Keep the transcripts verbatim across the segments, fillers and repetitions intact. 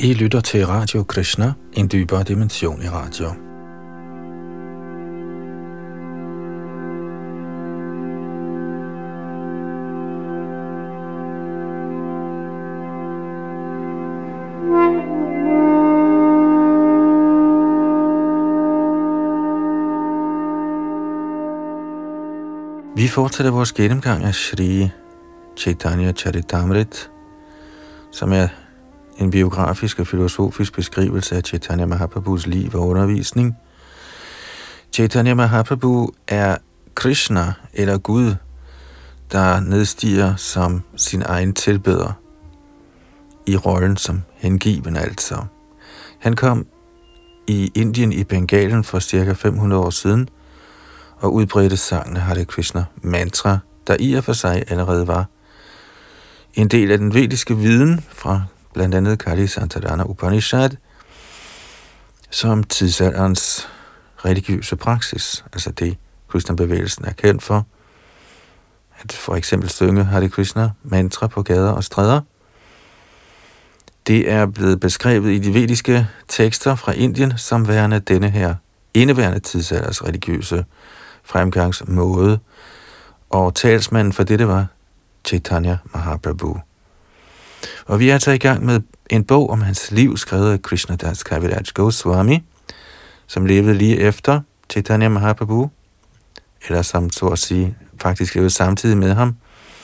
I lytter til Radio Krishna, en dybere dimension i radio. Vi fortsætter vores gennemgang af Shri Chaitanya Charitamrit, som er en biografisk og filosofisk beskrivelse af Chaitanya Mahaprabhus liv og undervisning. Chaitanya Mahaprabhu er Krishna, eller Gud, der nedstiger som sin egen tilbeder i rollen som hengiven altså. Han kom i Indien i Bengalen for cirka fem hundrede år siden og udbredte sangen Hare Krishna mantra, der i og for sig allerede var en del af den vediske viden fra blandt andet Kali Santarana Upanishad, som tidsalderens religiøse praksis, altså det Krishna-bevægelsen er kendt for, at for eksempel synge Hare Krishna mantra på gader og stræder. Det er blevet beskrevet i de vediske tekster fra Indien som værende denne her indeværende tidsalders religiøse fremgangsmåde, og talsmanden for dette var Chaitanya Mahaprabhu. Og vi er altså i gang med en bog om hans liv, skrevet af Krishnadas Kaviraj Goswami, som levede lige efter Chaitanya Mahaprabhu, eller som så at sige faktisk levede samtidig med ham.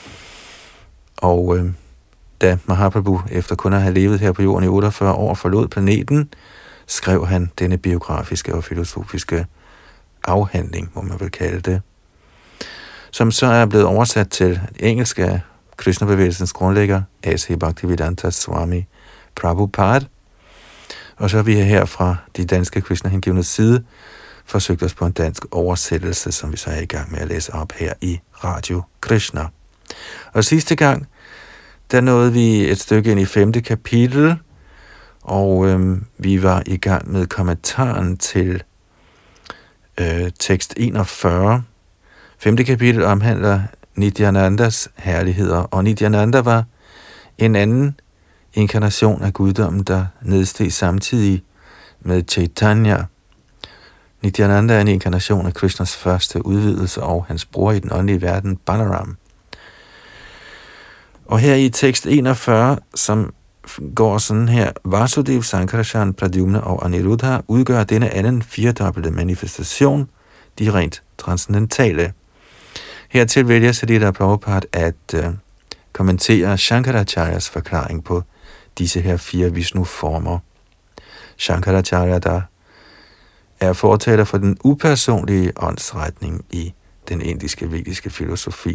Og øh, da Mahaprabhu efter kun at have levet her på jorden i otteogfyrre år forlod planeten, skrev han denne biografiske og filosofiske afhandling, må man vel kalde det, som så er blevet oversat til engelsk af Krishna-bevægelsens grundlægger, A C Bhaktivedanta Swami Prabhupada. Og så har vi her fra de danske Krishna-hengivnes side forsøgt os på en dansk oversættelse, som vi så er i gang med at læse op her i Radio Krishna. Og sidste gang, der nåede vi et stykke ind i femte kapitel, og øhm, vi var i gang med kommentaren til øh, tekst enogfyrre. Femte kapitel omhandler Nityanandas herligheder, og Nityananda var en anden inkarnation af guddommen, der nedsteg samtidig med Chaitanya. Nityananda er en inkarnation af Krishnas første udvidelse og hans bror i den åndelige verden, Balaram. Og her i tekst enogfyrre, som går sådan her: Vasudev, Sankarshan, Pradyumna og Aniruddha udgør denne anden firedobbelte manifestation, de rent transcendentale. Hertil vælger Sridhar Prabhupada at øh, kommentere Shankaracharyas forklaring på disse her fire Vishnu-former. Shankaracharya, der er fortaler for den upersonlige åndsretning i den indiske vediske filosofi.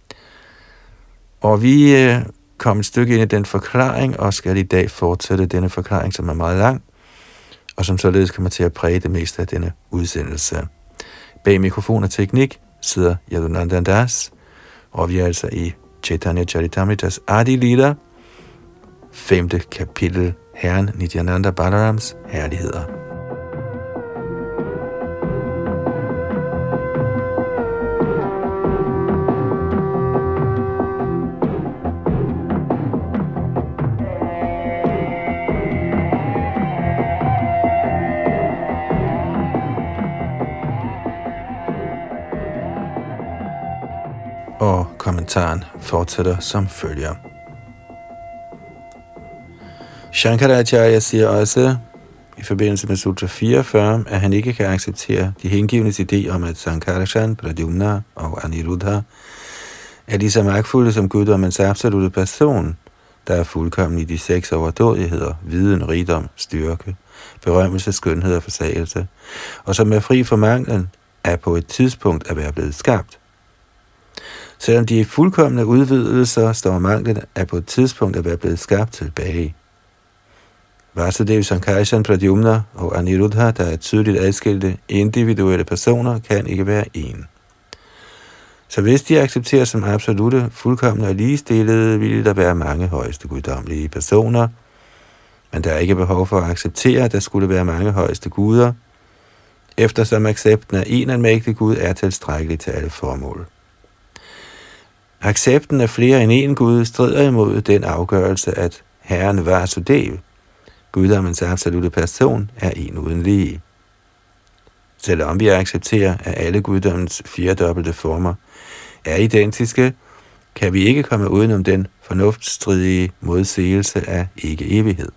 Og vi øh, kom et stykke ind i den forklaring, og skal i dag fortsætte denne forklaring, som er meget lang, og som således kommer til at præge det meste af denne udsendelse. Bag mikrofon og teknik sidder Yadunandan Das, og vi er altså i Chaitanya Charitamritas Adi Lila, femte kapitel, Herren Nityananda Balarams herligheder. Og kommentaren fortsætter som følger. Shankaracharya siger også i forbindelse med Sutra fireogfyrre, at han ikke kan acceptere de hengivnes idé om, at Sankarshan, Pradyumna og Aniruddha er lige så magtfulde som guddommens absolutte person, der er fuldkommen i de seks overdådigheder: viden, rigdom, styrke, berømmelse, skønhed og forsagelse, og som er fri for manglen, er på et tidspunkt at være blevet skabt. Selvom de er fuldkomne udvidelser, står manglen af på et tidspunkt at være blevet skabt tilbage. Vasudev, Sankarshan, Pradyumna og Aniruddha, der er tydeligt adskilte individuelle personer, kan ikke være en. Så hvis de accepteres som absolutte, fuldkomne og ligestillede, ville der være mange højeste guddommelige personer, men der er ikke behov for at acceptere, at der skulle være mange højeste guder, eftersom accepten af en almægtig Gud er tilstrækkelig til alle formål. Accepten af flere end en Gud strider imod den afgørelse, at Herren Vasudev, Guddommens absolutte person er en uden lige. Selvom vi accepterer, at alle guddommens fire dobbelte former er identiske, kan vi ikke komme udenom den fornuftsstridige modsigelse af ikke-evighed.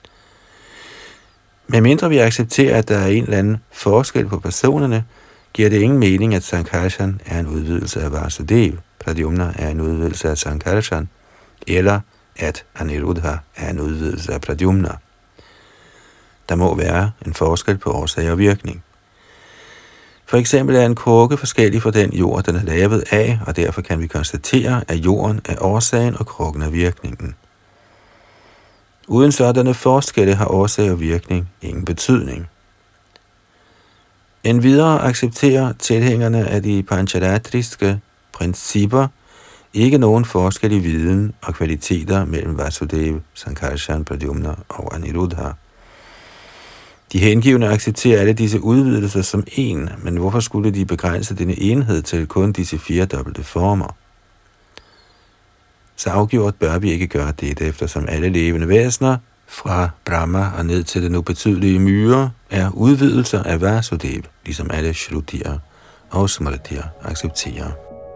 Men mindre vi accepterer, at der er en eller anden forskel på personerne, giver det ingen mening, at Sankarshan er en udvidelse af Vasudev, Pradyumna er en udvidelse af Sankarshan, eller at Aniruddha er en udvidelse af Pradyumna. Der må være en forskel på årsag og virkning. For eksempel er en krukke forskellig fra den jord, den er lavet af, og derfor kan vi konstatere, at jorden er årsagen og krukken er virkningen. Uden sådanne forskelle har årsag og virkning ingen betydning. Endvidere accepterer tilhængerne af de pancharatriske principper ikke nogen forskel i viden og kvaliteter mellem Vasudev, Sankarshan, Pradyumna og Aniruddha. De hengivne accepterer alle disse udvidelser som en, men hvorfor skulle de begrænse denne enhed til kun disse fire dobbelte former? Så afgjort bør vi ikke gøre dette, eftersom alle levende væsener, fra Brahma og ned til den ubetydelige myre, er udvidelser af Vasudev, ligesom alle Shrutier og Smritier accepterer.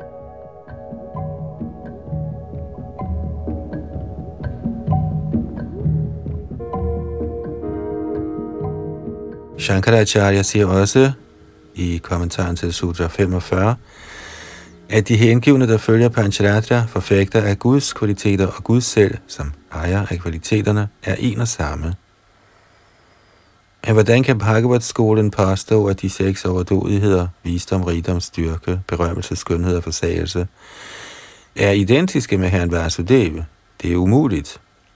Shankaracharya siger også i kommentaren til Sutra femogfyrre, at de hengivne, der følger Pancharatra, forfægter af Guds kvaliteter og Gud selv, som ejer af kvaliteterne, er en og samme. Men hvordan kan Bhagavad-skolen påstå, at de seks overdådigheder, visdom, rigdom, styrke, berømmelse, skønhed og forsagelse, er identiske med Herren Vasudev? Det er umuligt.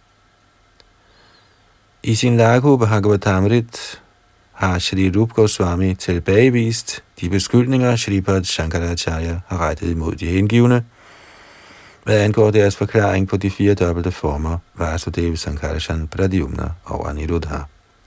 I sin Laghu Bhagavatamrit har Shri Rupa Goswami tilbagevist de beskyldninger, Shripad Shankaracharya har rettet imod de hengivne, hvad angår deres forklaring på de fire dobbelte former, Vasudev, Sankarshan, Pradyumna og Aniruddha.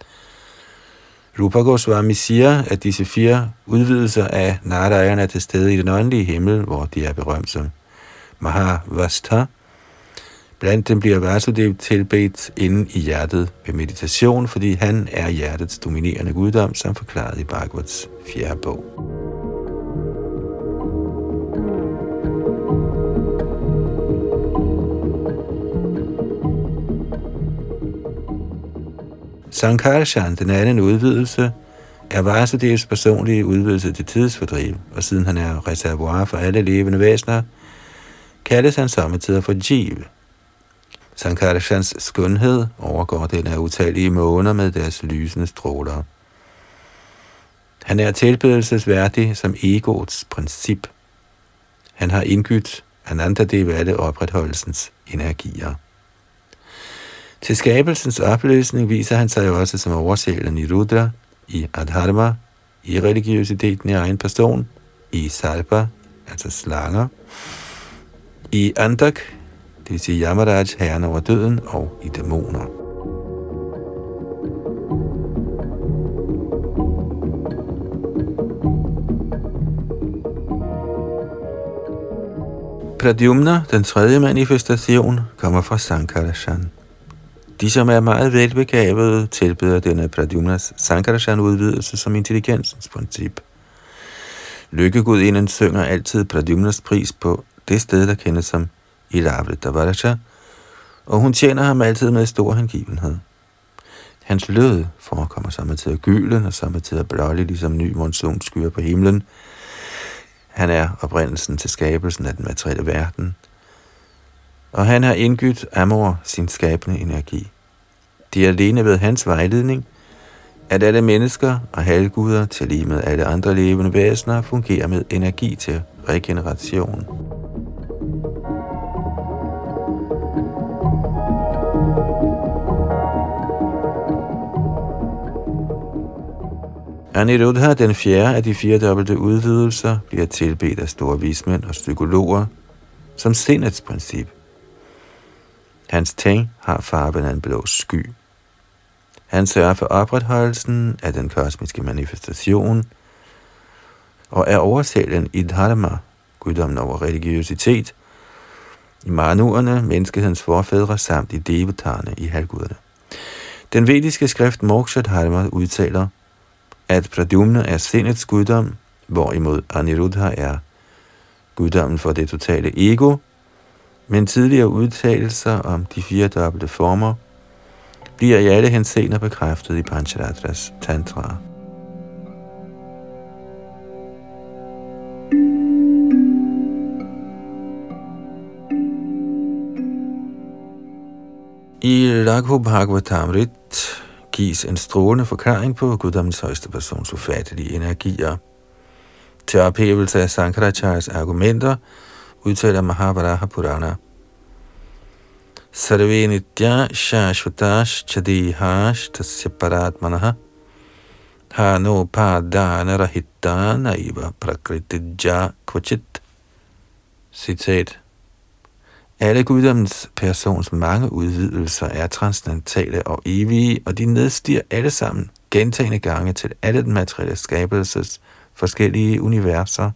Rupa Goswami siger, at disse fire udvidelser af Narayana er til stede i den åndelige himmel, hvor de er berømt som Mahavastha. Blandt dem bliver Vasudev tilbedt inde i hjertet ved meditation, fordi han er hjertets dominerende guddom, som forklaret i Bhagavats fjerde bog. Sankarshan, den anden udvidelse, er Vasudevs personlige udvidelse til tidsfordriv, og siden han er reservoir for alle levende væsener, kaldes han sommetider for Jiva. Sankarshans skønhed overgår den af utallige måner med deres lysende stråler. Han er tilbedelsesværdig som egoets princip. Han har indgydt Anantadeva alle opretholdelsens energier. Til skabelsens opløsning viser han sig jo også som oversjælen i Rudra, i Adharma, i religiøsiteten i egen person, i Sarpa, altså slanger, i Andak, det vil sige Yamaraj, herren over døden, og i dæmoner. Pradyumna, den tredje manifestation, kommer fra Sankarshan. De, som er meget velbegavede, tilbeder denne Pradyumnas Sankarshan-udvidelse som intelligensens princip. Lykkegudinden synger altid Pradyumnas pris på det sted, der kendes som Ilavritavaraja, og hun tjener ham altid med stor hengivenhed. Hans lød forekommer samtidig gylden og samtidig blålig, ligesom ny monsunskyer på himlen. Han er oprindelsen til skabelsen af den materielle verden, og han har indgydt Amor sin skabende energi. Det er alene ved hans vejledning, at alle mennesker og halvguder, til lige med alle andre levende væsener, fungerer med energi til regeneration. Aniruddha, den fjerde af de fire dobbelte udvidelser, bliver tilbedt af store vismænd og psykologer som sindets princip. Hans ting har farven af en blå sky. Han sørger for opretholdelsen af den kosmiske manifestation og er oversælen i dharma, guddommen over religiøsitet, i manuerne, menneskehedens forfædre, samt i devatarne, i halvguderne. Den vediske skrift Moksha Dharma udtaler, at Pradyumna er sindets guddom, hvorimod Aniruddha er guddommen for det totale ego, men tidligere udtalelser om de fire dobbelte former bliver i alle henseender bekræftet i Pancharatras Tantra. I Raghu Bhagavatamrit gives en strålende forklaring på guddommens højeste persons ufattelige energier. Til ophævelse af Sankaracharyas argumenter udtaler Mahabharata Purana: Sarve nitya shashvatash chadihash tasya paratmanaha hano padana rahita naiva prakritija kvachit. Citat: Alle guddommens persons mange udvidelser er transcendentale og evige, og de nedstiger alle sammen gentagne gange til alle den materielle skabelses forskellige universer.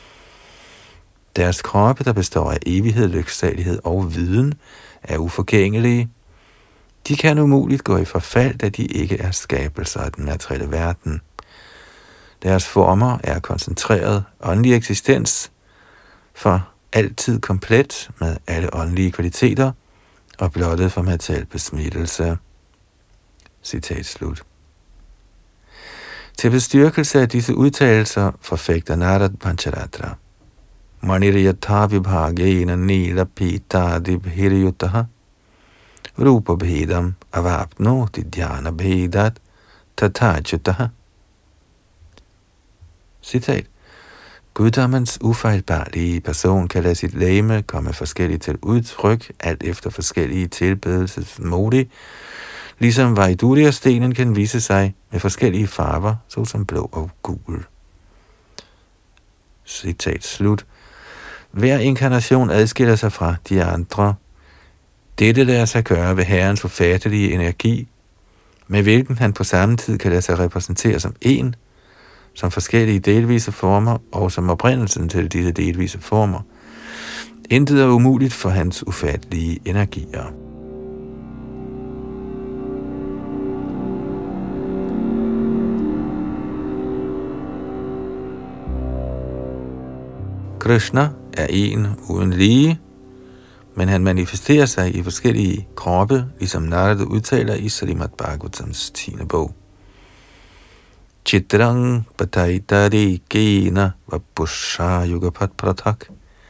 Deres kroppe, der består af evighed, lyksalighed og viden, er uforgængelige. De kan umuligt gå i forfald, da de ikke er skabelser af den materielle verden. Deres former er koncentreret åndelig eksistens, for altid komplet med alle åndelige kvaliteter og blottet for materiel besmittelse. Citat slut. Til bestyrkelse af disse udtalelser forfægter Narad Pancharatra: Maniriyatha vibhagena nila pita dibhiriyutaha rupa bhedam avapnoti dhyana bhedat tathachutaha. Citat: Guddommens ufejlbarlige person kan lade sit legeme komme forskelligt til udtryk, alt efter forskellige tilbedelsesmodi, ligesom Vaidurya-stenen kan vise sig med forskellige farver, såsom blå og gul. Citat slut. Hver inkarnation adskiller sig fra de andre. Dette lader sig gøre ved Herrens ufattelige energi, med hvilken han på samme tid kan lade sig repræsentere som en, som forskellige delvise former og som oprindelsen til disse delvise former. Intet er umuligt for hans ufattelige energier. Krishna er en uden lige, men han manifesterer sig i forskellige kroppe, ligesom Narada udtaler i Srimad Bhagavatams tiende bog. Chitrang pataitari kena vapusha yugapat prathak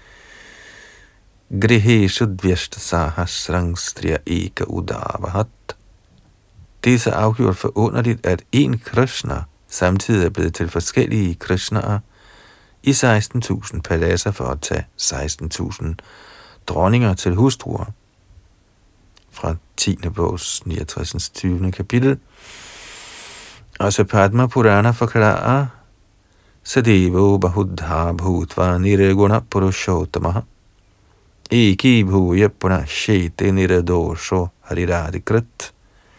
griheshu dvyashta sahasrang striya eka udavahat. Det er så afgjort forunderligt, at en Krishna samtidig er blevet til forskellige Krishnaer i seksten tusind paladser for at tage seksten tusind dronninger til hustruer. Fra tiende bogs niogtres tyvende kapitel. Og så Padma Purana forklarer: Sadevo bahudha bhutva nirguna purushottamaha eki bhuya punashete niradosho hariradikrit.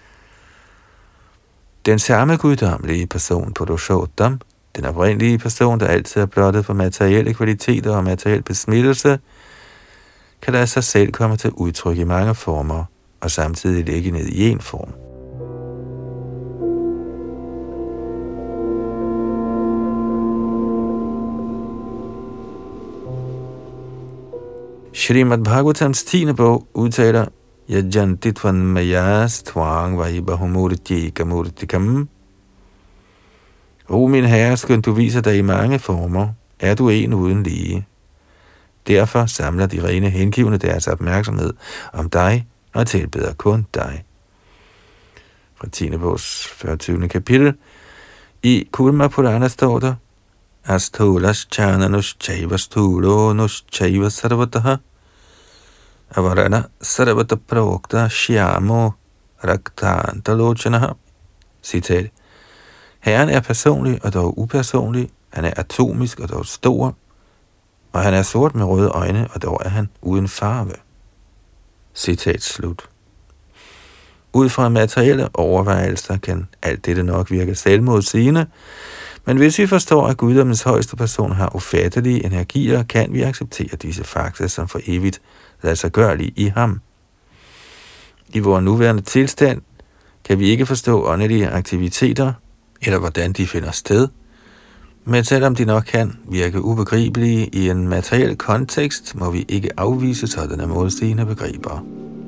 Den samme guddommelige person Purushottam, den oprindelige person, der altid er blottet for materielle kvaliteter og materiel besmittelse, kan lade sig selv komme til udtryk i mange former og samtidig ligge ned i en form. Srimad Bhagavatams tiende bog udtaler: Yajantitvan mayas tvang vahibahumurtika murtikam. O min herre, skønt du viser dig i mange former, er du en uden lige. Derfor samler de rene hengivne deres opmærksomhed om dig og tilbeder kun dig. Fra tiende bogs fyrretyvende kapitel. I Kulma Purana står der: Asthulas chananus chaiva sthulo nus chaiva sarvataha avarana sarvata pravokta shyamo raktantalochanaha. Citat: Herren er personlig og dog upersonlig, han er atomisk og dog stor, og han er sort med røde øjne, og dog er han uden farve. Citat slut. Ud fra materielle overvejelser kan alt dette nok virke selvmodsigende, men hvis vi forstår, at guddommens højeste person har ufattelige energier, kan vi acceptere disse fakta som for evigt ladsiggørlige i ham. I vores nuværende tilstand kan vi ikke forstå åndelige aktiviteter, eller hvordan de finder sted, men selvom de nok kan virke ubegribelige i en materiel kontekst, må vi ikke afvise sådanne modsigende begreber.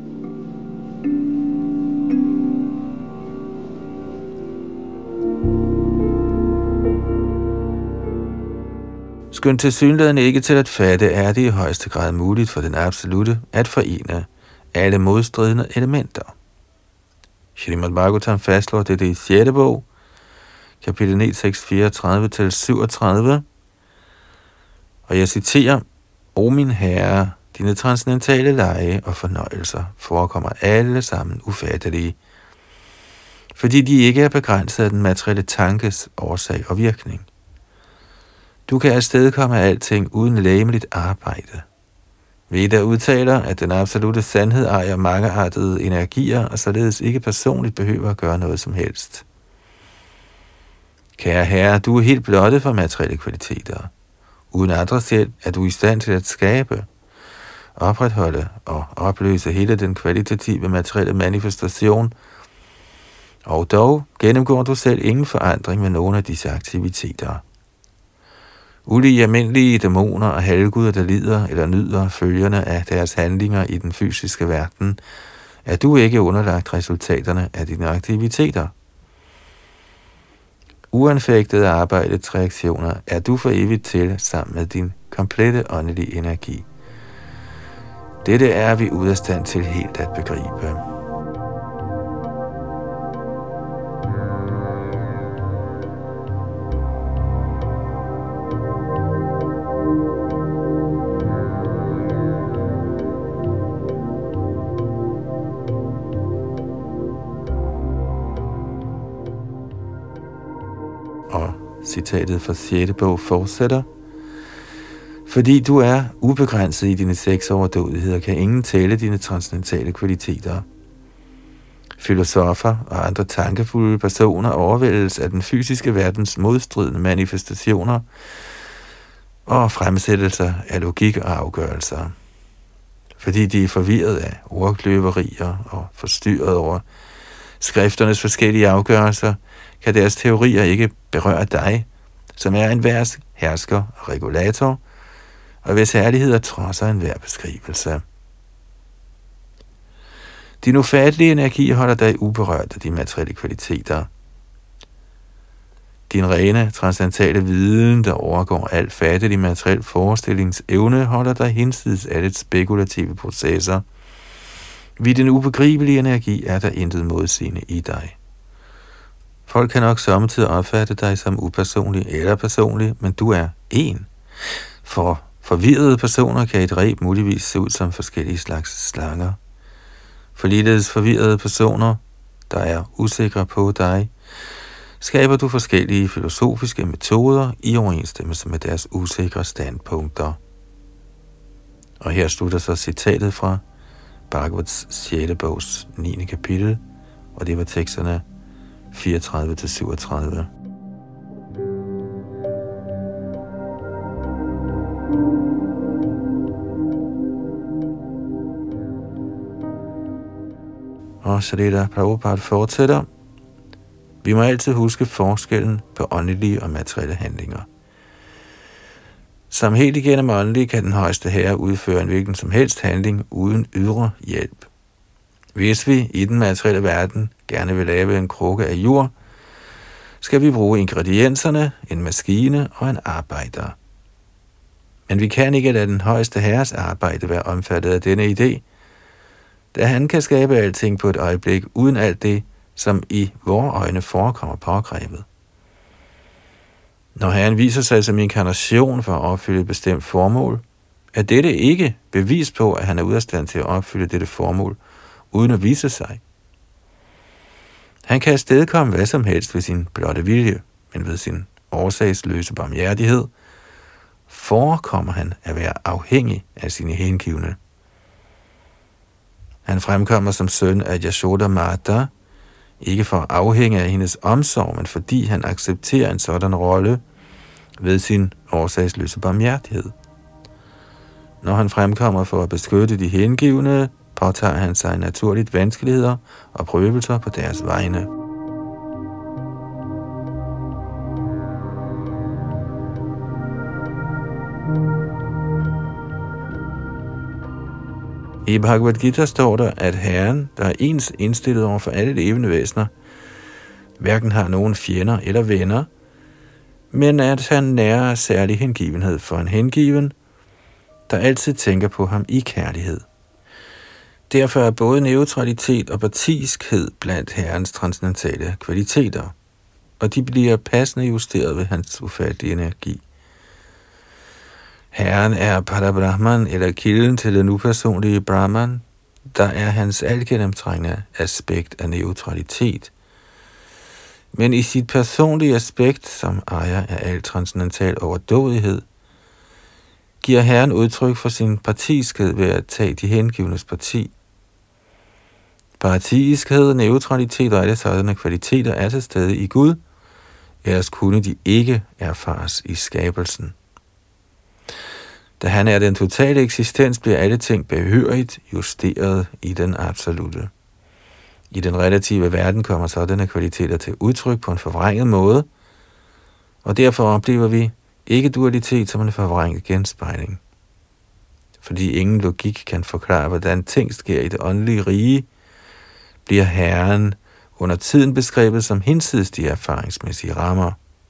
Skønt tilsyneladende ikke til at fatte, er det i højeste grad muligt for den absolutte at forene alle modstridende elementer. Srimad Bhagavatam fastslår dette i sjette bog, kapitel ni, tekst fireogtredive til syvogtredive, og jeg citerer: O min herre, dine transcendentale lege og fornøjelser forekommer alle sammen ufattelige, fordi de ikke er begrænset af den materielle tankes årsag og virkning. Du kan afstedkomme alting uden legemligt arbejde. Veda udtaler, at den absolute sandhed ejer mangeartede energier, og således ikke personligt behøver at gøre noget som helst. Kære herre, du er helt blottet for materielle kvaliteter. Uden andres hjælp er du i stand til at skabe, opretholde og opløse hele den kvalitative materielle manifestation, og dog gennemgår du selv ingen forandring med nogen af disse aktiviteter. Ulige almindelige dæmoner og halvguder, der lider eller nyder følgerne af deres handlinger i den fysiske verden, er du ikke underlagt resultaterne af dine aktiviteter. Uanfægtet af arbejdets reaktioner er du for evigt til sammen med din komplette åndelige energi. Dette er vi ude af stand til helt at begribe. Og citatet fra sjette bog fortsætter: Fordi du er ubegrænset i dine seks overdådigheder, kan ingen tælle dine transcendentale kvaliteter. Filosofer og andre tankefulde personer overvældes af den fysiske verdens modstridende manifestationer og fremsættelser af logik og afgørelser. Fordi de er forvirret af ordkløverier og forstyrret over skrifternes forskellige afgørelser, kan deres teorier ikke berøre dig, som er en værs hersker og regulator, og hvis herligheder trodser enhver beskrivelse. Din ufattelige energi holder dig uberørt af de materielle kvaliteter. Din rene, transcendentale viden, der overgår alt fattelig materiel forestillingsevne, holder dig hinsides alle spekulative processer. Ved din ubegribelige energi er der intet modsigende i dig. Folk kan nok samtidig opfatte dig som upersonlig eller personlig, men du er én. For forvirrede personer kan et reb muligvis se ud som forskellige slags slanger. For ligeledes forvirrede personer, der er usikre på dig, skaber du forskellige filosofiske metoder i overensstemmelse med deres usikre standpunkter. Og her slutter så citatet fra Bhagavats sjette bogs niende kapitel, og det var teksterne fireogtredive til syvogtredive. Og Srila Prabhupada fortsætter: Vi må altid huske forskellen på åndelige og materielle handlinger. Som helt igennem åndelige kan den højeste herre udføre en hvilken som helst handling uden ydre hjælp. Hvis vi i den materielle verden gerne vil lave en krukke af jord, skal vi bruge ingredienserne, en maskine og en arbejder. Men vi kan ikke lade den højeste herres arbejde være omfattet af denne idé, da han kan skabe alting på et øjeblik uden alt det, som i vore øjne forekommer pågrebet. Når herren viser sig som inkarnation for at opfylde et bestemt formål, er dette ikke bevis på, at han er ude af stand til at opfylde dette formål, uden at vise sig. Han kan afstedkomme hvad som helst ved sin blotte vilje, men ved sin årsagsløse barmhjertighed forekommer han at være afhængig af sine hengivne. Han fremkommer som søn af Yashoda Mata, ikke for at afhænge af hendes omsorg, men fordi han accepterer en sådan rolle ved sin årsagsløse barmhjertighed. Når han fremkommer for at beskytte de hengivne, påtager han sig naturligt vanskeligheder og prøvelser på deres vegne. I Bhagavad Gita står der, at Herren, der er ens indstillet over for alle levende væsener, hverken har nogen fjender eller venner, men at han nærer særlig hengivenhed for en hengiven, der altid tænker på ham i kærlighed. Derfor er både neutralitet og partiskhed blandt Herrens transcendentale kvaliteter, og de bliver passende justeret ved hans ufattelige energi. Herren er Parabrahman, eller kilden til den upersonlige Brahman, der er hans algennemtrængende aspekt af neutralitet. Men i sit personlige aspekt, som ejer af al transcendental overdådighed, giver Herren udtryk for sin partiskhed ved at tage de hengivnes parti. Partiskhed, neutralitet og alle sådanne kvaliteter er til stede i Gud, ellers kunne de ikke erfares i skabelsen. Da han er den totale eksistens, bliver alle ting behørigt justeret i den absolute. I den relative verden kommer sådanne kvaliteter til udtryk på en forvrænget måde, og derfor oplever vi ikke dualitet som en forvrænget genspejling. Fordi ingen logik kan forklare, hvordan ting sker i det åndelige rige, bliver Herren under tiden beskrevet som hinsides de erfaringsmæssige rammer.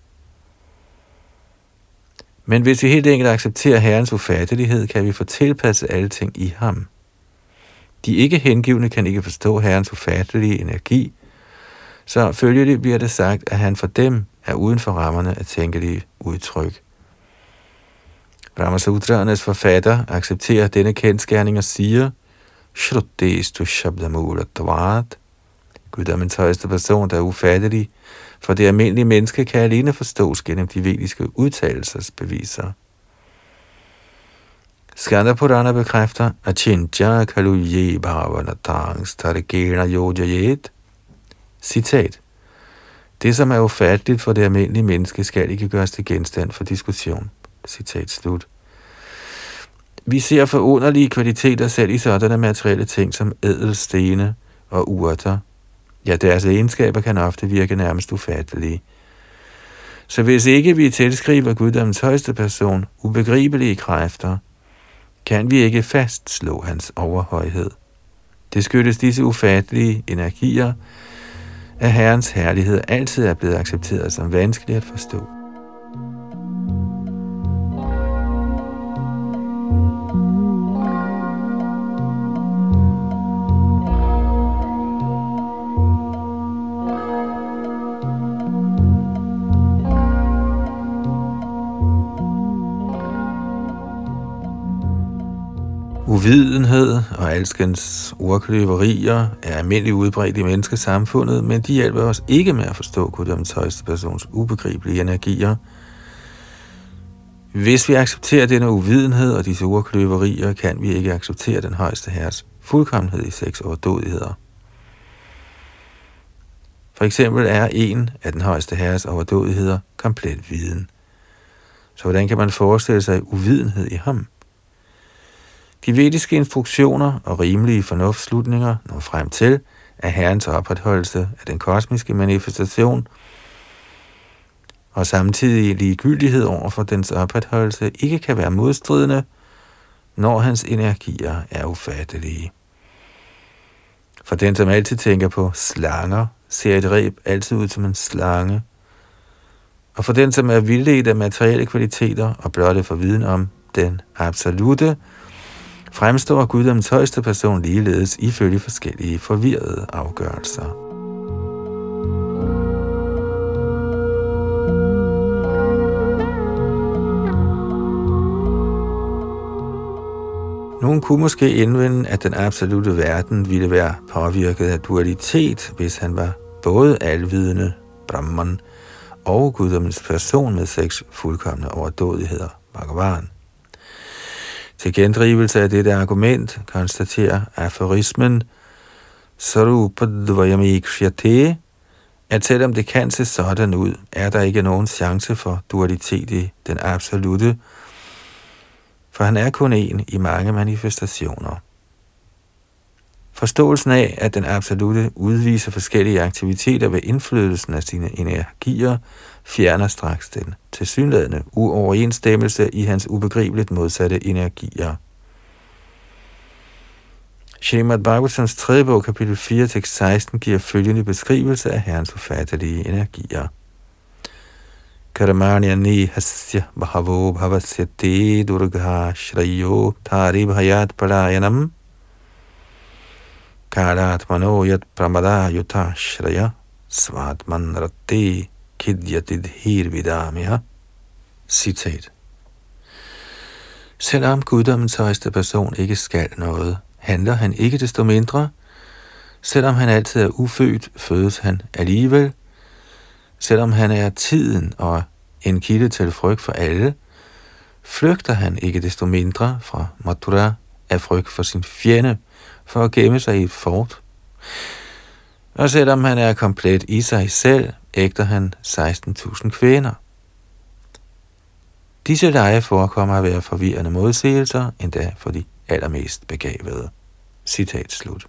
Men hvis vi helt enkelt accepterer Herrens ufattelighed, kan vi få tilpasset alle ting i ham. De ikke hengivne kan ikke forstå Herrens ufattelige energi, så følgelig bliver det sagt, at han for dem er uden for rammerne af tænkelige udtryk. Brahmasutraernes forfatter accepterer denne kendsgerning og siger, Shruttestu shabdamulatvat. Guddommens højeste person, der er ufattelig, for det almindelige menneske kan alene forstås gennem de vediske udtalelsers beviser. Skanda Purana bekræfter, Achintya kaluye bhavanatang tarigena yojayet. Citat. Det, som er ufatteligt for det almindelige menneske, skal ikke gøres til genstand for diskussion. Citat slut. Vi ser forunderlige kvaliteter selv i sådanne materielle ting som ædelstene og urter. Ja, deres egenskaber kan ofte virke nærmest ufattelige. Så hvis ikke vi tilskriver Guddommens højeste person ubegribelige kræfter, kan vi ikke fastslå hans overhøjhed. Det skyldes disse ufattelige energier, at Herrens herlighed altid er blevet accepteret som vanskelig at forstå. Uvidenhed og alskens ordkløverier er almindeligt udbredt i menneskesamfundet, men de hjælper os ikke med at forstå Guddommens højeste persons ubegribelige energier. Hvis vi accepterer denne uvidenhed og disse ordkløverier, kan vi ikke acceptere den højeste herres fuldkommenhed i seks overdådigheder. For eksempel er en af den højeste herres overdådigheder komplet viden. Så hvordan kan man forestille sig uvidenhed i ham? De vediske instruktioner og rimelige fornuftsslutninger når frem til, at Herrens opretholdelse af den kosmiske manifestation og samtidig ligegyldighed over for dens opretholdelse ikke kan være modstridende, når hans energier er ufattelige. For den, som altid tænker på slanger, ser et reb altid ud som en slange. Og for den, som er vildledt af materielle kvaliteter og blotte for viden om den absolute, fremstår Guddommens højeste person ligeledes ifølge forskellige forvirrede afgørelser. Nogen kunne måske indvende, at den absolute verden ville være påvirket af dualitet, hvis han var både alvidende, Brahman, og Guddommens person med seks fuldkomne overdådigheder, Bhagavan. Til gendrivelse af dette argument konstaterer aforismen Sarupadvayamikshate, at selvom det kan se sådan ud, er der ikke nogen chance for dualitet i den absolute, for han er kun en i mange manifestationer. Forståelsen af, at den absolute udviser forskellige aktiviteter ved indflydelsen af sine energier, fjerner straks den tilsyneladende uoverensstemmelse i hans ubegribeligt modsatte energier. Srimad Bhagavatams tredje bog, kapitel fire, tekst seksten, giver følgende beskrivelse af Herrens ufattelige energier. Karamanyani hasya bhavo bhavasya te durga shrayo tari bhayat palayanam karat mano yat pramada yuta shraya svatman ratte kidyatid hirvidamiha. Citat. Selvom guddommens højeste person ikke skal noget, handler han ikke desto mindre. Selvom han altid er ufødt, fødes han alligevel. Selvom han er tiden og en kilde til frygt for alle, flygter han ikke desto mindre fra Mathura af frygt for sin fjende, for at gemme sig i et fort. Og selvom han er komplet i sig selv, ægter han seksten tusind kvinder. Disse lege forekommer at være forvirrende modsigelser, endda for de allermest begavede. Citat slut.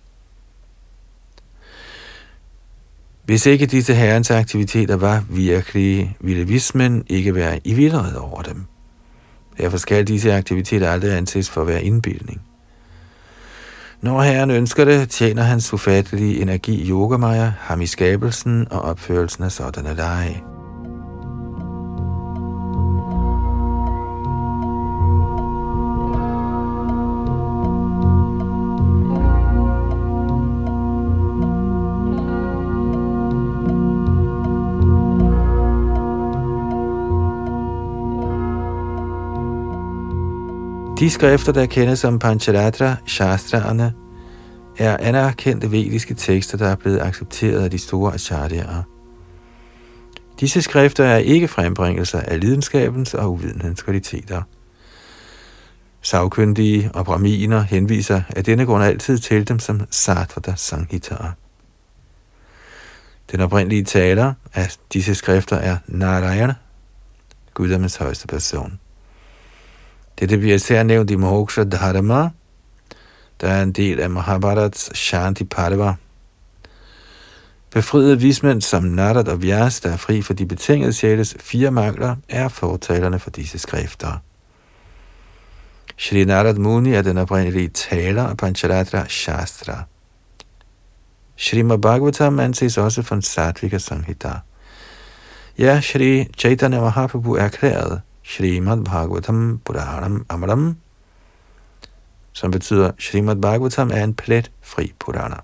Hvis ikke disse herrens aktiviteter var virkelige, ville vismen ikke være i vildred over dem. Derfor skal disse aktiviteter aldrig anses for at være indbildning. Når herren ønsker det, tjener hans ufattelige energi Yogamaya ham i skabelsen og opførelsen af sådanne lege. De skrifter, der kendes som Pancharatra Shastraerne, er anerkendte vediske tekster, der er blevet accepteret af de store acharyaer. Disse skrifter er ikke frembringelser af lidenskabens og uvidenhedens kvaliteter. Sagkyndige og brahminer henviser af denne grund altid til dem som Satvata Sanghitaer. Den oprindelige taler af disse skrifter er Narayana, guddommens højeste person. Dette bliver især nævnt i Moksha Dharma, der er en del af Mahabharats Shanti Parva. Befriede vismænd som Narad og Vyas, der er fri for de betingede sjæles fire mangler, er fortalerne for disse skrifter. Shri Narad Muni er den oprindelige taler af Pancharatra Shastra. Srimad Bhagavatam anses også for en Sattvika Samhita. Ja, Shri Chaitanya Mahaprabhu erklærede Srimad Bhagavatam Puranam Amaram, som betyder, Srimad Bhagavatam er en pletfri Purana.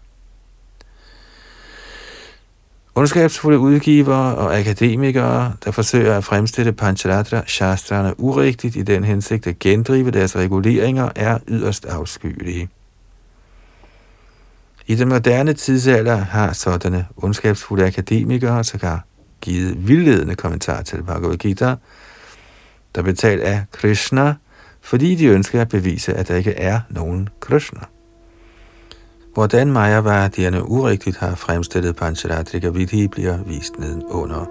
Ondskabsfulde udgivere og akademikere, der forsøger at fremstille Pancharatra Shastraerne urigtigt i den hensigt at gendrive deres reguleringer, er yderst afskyelige. I den moderne tidsalder har sådanne ondskabsfulde akademikere sågar givet vildledende kommentarer til Bhagavad Gita, der betalt af Krishna, fordi de ønsker at bevise, at der ikke er nogen Krishna. Hvordan Mayavadierne urigtigt har fremstillet Pancharatrika Vidhi bliver vist nedenunder.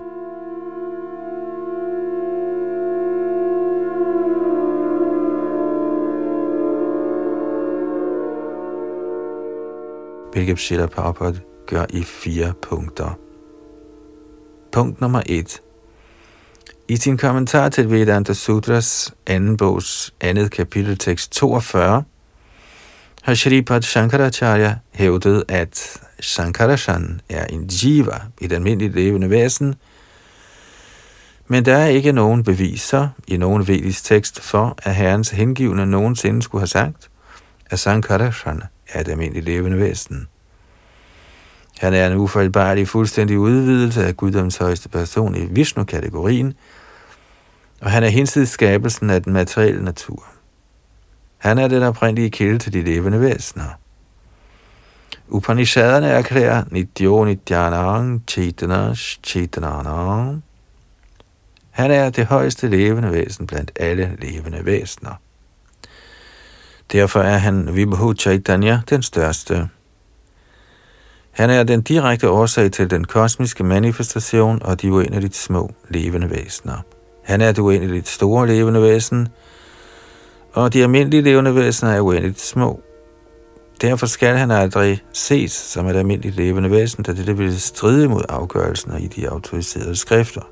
Hvilket Srila Prabhupada gør i fire punkter. Punkt nummer et. I sin kommentar til Vedanta Sutras anden bogs andet kapitel tekst toogfyrre, har Shripad Shankaracharya hævdet, at Sankarashan er en jiva, et almindeligt levende væsen, men der er ikke nogen beviser i nogen vedisk tekst for, at herrens hengivne nogensinde skulle have sagt, at Sankarashan er et almindeligt levende væsen. Han er en ufejlbarlig fuldstændig udvidelse af guddommens højeste person i Vishnu-kategorien, og han er hinsides skabelsen af den materielle natur. Han er den oprindelige kilde til de levende væsener. Upanishaderne erklærer Nityo Nityanang Chaitanas Chaitananang. Han er det højeste levende væsen blandt alle levende væsener. Derfor er han Vibhu Chaitanya den største. Han er den direkte årsag til den kosmiske manifestation og de uendeligt små levende væsener. Han er det uendeligt store levende væsen, og de almindelige levende væsener er uendeligt små. Derfor skal han aldrig ses som et almindeligt levende væsen, da det vil stride mod afgørelsen i de autoriserede skrifter.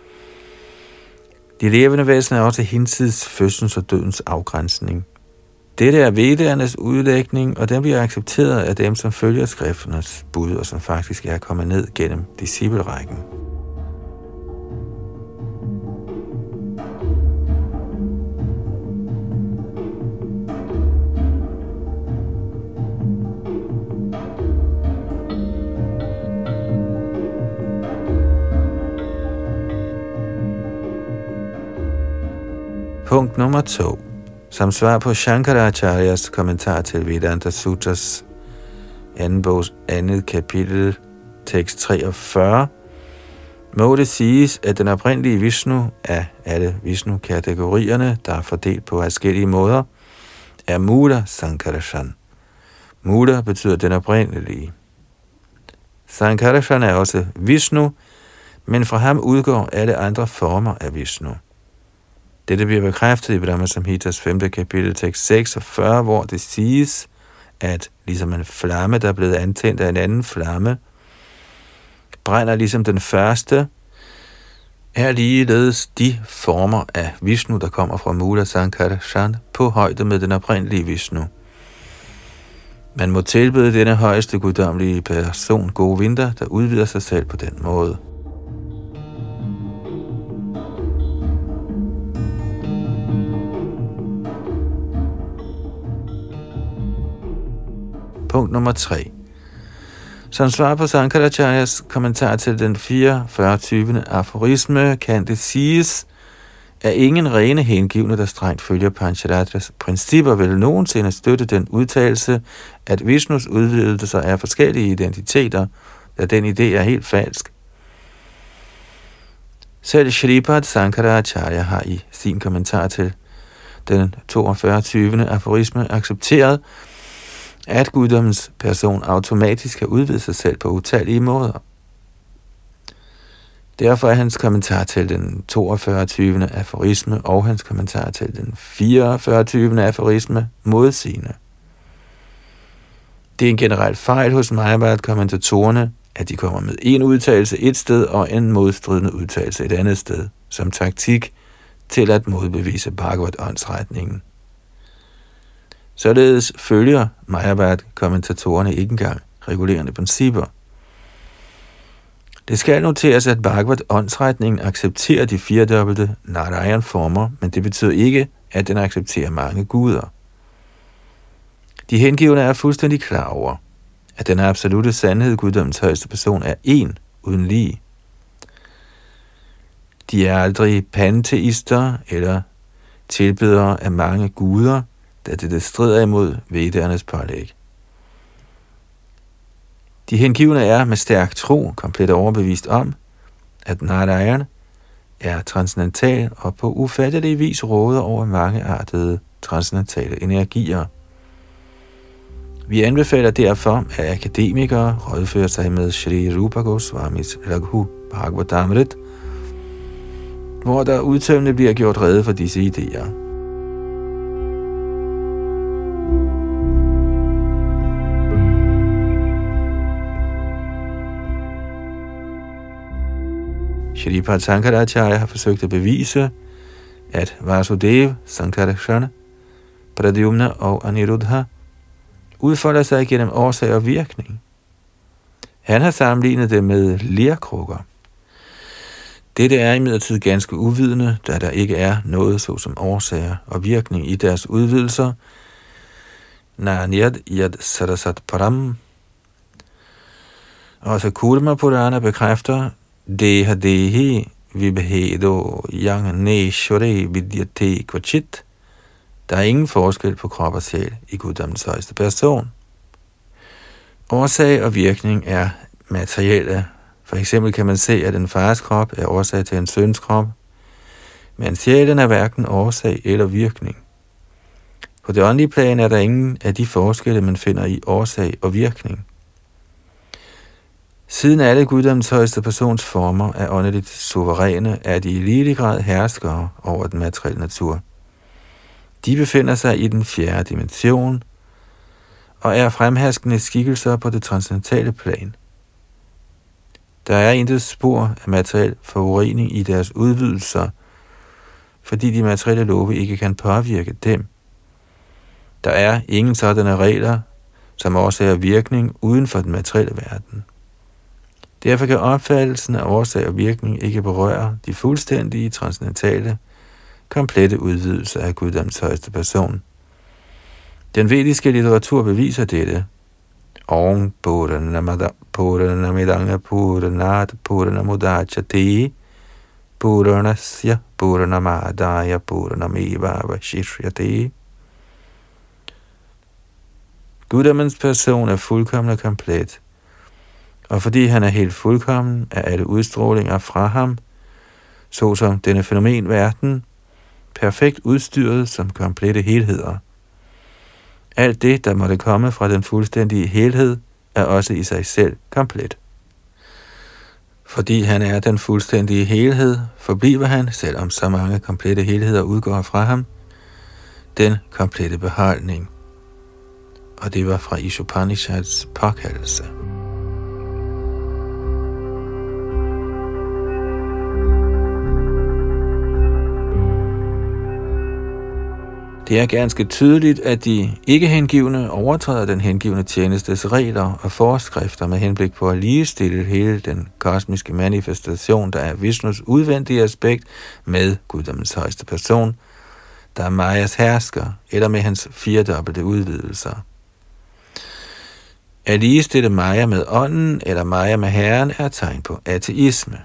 De levende væsener er også hinsides fødselens og dødens afgrænsning. Dette er Vedernes udlægning, og den bliver accepteret af dem, som følger skrifternes bud, og som faktisk er kommet ned gennem disciplerækken. Punkt nummer to. Som svar på Shankaracharyas kommentar til Vedanta Sutras anden bogs andet kapitel, tekst treogfyrre, må det siges, at den oprindelige Vishnu af alle Vishnu-kategorierne, der er fordelt på forskellige måder, er Mula Sankarshan. Mula betyder den oprindelige. Sankarshan er også Vishnu, men fra ham udgår alle andre former af Vishnu. Dette bliver bekræftet i Brahma Samhitas femte kapitel, tekst seksogfyrre, hvor det siges, at ligesom en flamme, der er blevet antændt af en anden flamme, brænder ligesom den første, er ligeledes de former af Vishnu, der kommer fra Mula Sankarshan, på højde med den oprindelige Vishnu. Man må tilbede denne højeste guddommelige person Govinda, der udvider sig selv på den måde. Punkt nummer tre. Som svar på Shankaracharyas kommentar til den fireogfyrre. aforisme kan det siges, at ingen rene hengivne, der strengt følger Pancharatras principper, vil nogensinde støtte den udtalelse, at Vishnus udvidelser er forskellige identiteter, da den idé er helt falsk. Selv Shripad Shankaracharya har i sin kommentar til den toogfyrre. aforisme accepteret, at guddommens person automatisk kan udvide sig selv på utallige måder. Derfor er hans kommentar til den toogfyrre. aforisme og hans kommentar til den fireogfyrre. aforisme modsigende. Det er en generel fejl hos Mayabharat-kommentatorerne, at de kommer med en udtalelse et sted og en modstridende udtalelse et andet sted, som taktik til at modbevise Bhagavad-åndsretningen. Således følger Mayabharat-kommentatorerne ikke engang regulerende principper. Det skal noteres, at Bhagavad-åndsretningen accepterer de firedobbelte Narayan-former, men det betyder ikke, at den accepterer mange guder. De hengivne er fuldstændig klar over, at den absolute sandhed, guddommens højeste person, er én uden lige. De er aldrig panteister eller tilbedere af mange guder, da det strider imod Vedernes pålæg. De hengivne er med stærk tro komplet overbevist om, at Narayan er transcendental og på ufattelig vis råder over mangeartede transcendentale energier. Vi anbefaler derfor, at akademikere rådfører sig med Shri Rupa Goswamis Raghu Bhagavatamrit, hvor der udtømmende bliver gjort rede for disse idéer. Shripad Shankaracharya har forsøgt at bevise, at Vasudev, Sankarshan, Pradyumna og Aniruddha udfolder sig gennem årsag og virkning. Han har sammenlignet det med lerkrukker. Dette er imidlertid ganske uvidende, da der ikke er noget såsom årsager og virkning i deres udvidelser. Nanyad yad sarasat param. Også Kurma Purana bekræfter, Deha dehi vibhedo yang neshore vidyate kvachit. Der er ingen forskel på krop og sjæl i guddommens højeste person. Årsag og virkning er materielle. For eksempel kan man se, at en fars krop er årsag til en søns krop, men sjælen er hverken årsag eller virkning. På det åndelige plan er der ingen af de forskelle, man finder i årsag og virkning. Siden alle guddommens højeste persons former er åndeligt suveræne, er de i ligelig grad herskere over den materielle natur. De befinder sig i den fjerde dimension, og er fremherskende skikkelser på det transcendentale plan. Der er intet spor af materiel forurening i deres udvidelser, fordi de materielle love ikke kan påvirke dem. Der er ingen sådanne regler, som årsag og virkning uden for den materielle verden. Derfor kan opfattelsen af årsag og virkning ikke berøre de fuldstændige, transcendentale, komplette udvidelser af Guddoms højeste person. Den vediske litteratur beviser dette. Om Puranamada Puranamidanga Puranat Puranamudachate Puranasya Puranamadaya Puranameva Vashishyate. Guddommens person er fuldkommen og komplet, og fordi han er helt fuldkommen, er alle udstrålinger fra ham, såsom denne fænomenverden, perfekt udstyret som komplette helheder. Alt det, der måtte komme fra den fuldstændige helhed, er også i sig selv komplet. Fordi han er den fuldstændige helhed, forbliver han, selvom så mange komplette helheder udgår fra ham, den komplette beholdning. Og det var fra Ishopanishads påkaldelse. Det er ganske tydeligt, at de ikke-hengivne overtræder den hengivne tjenestes regler og forskrifter med henblik på at ligestille hele den kosmiske manifestation, der er Vishnus udvendige aspekt, med Guddommens højeste person, der er Mayas hersker, eller med hans firedobbelte udvidelser. At ligestille Maya med ånden eller Maya med herren er tegn på ateisme.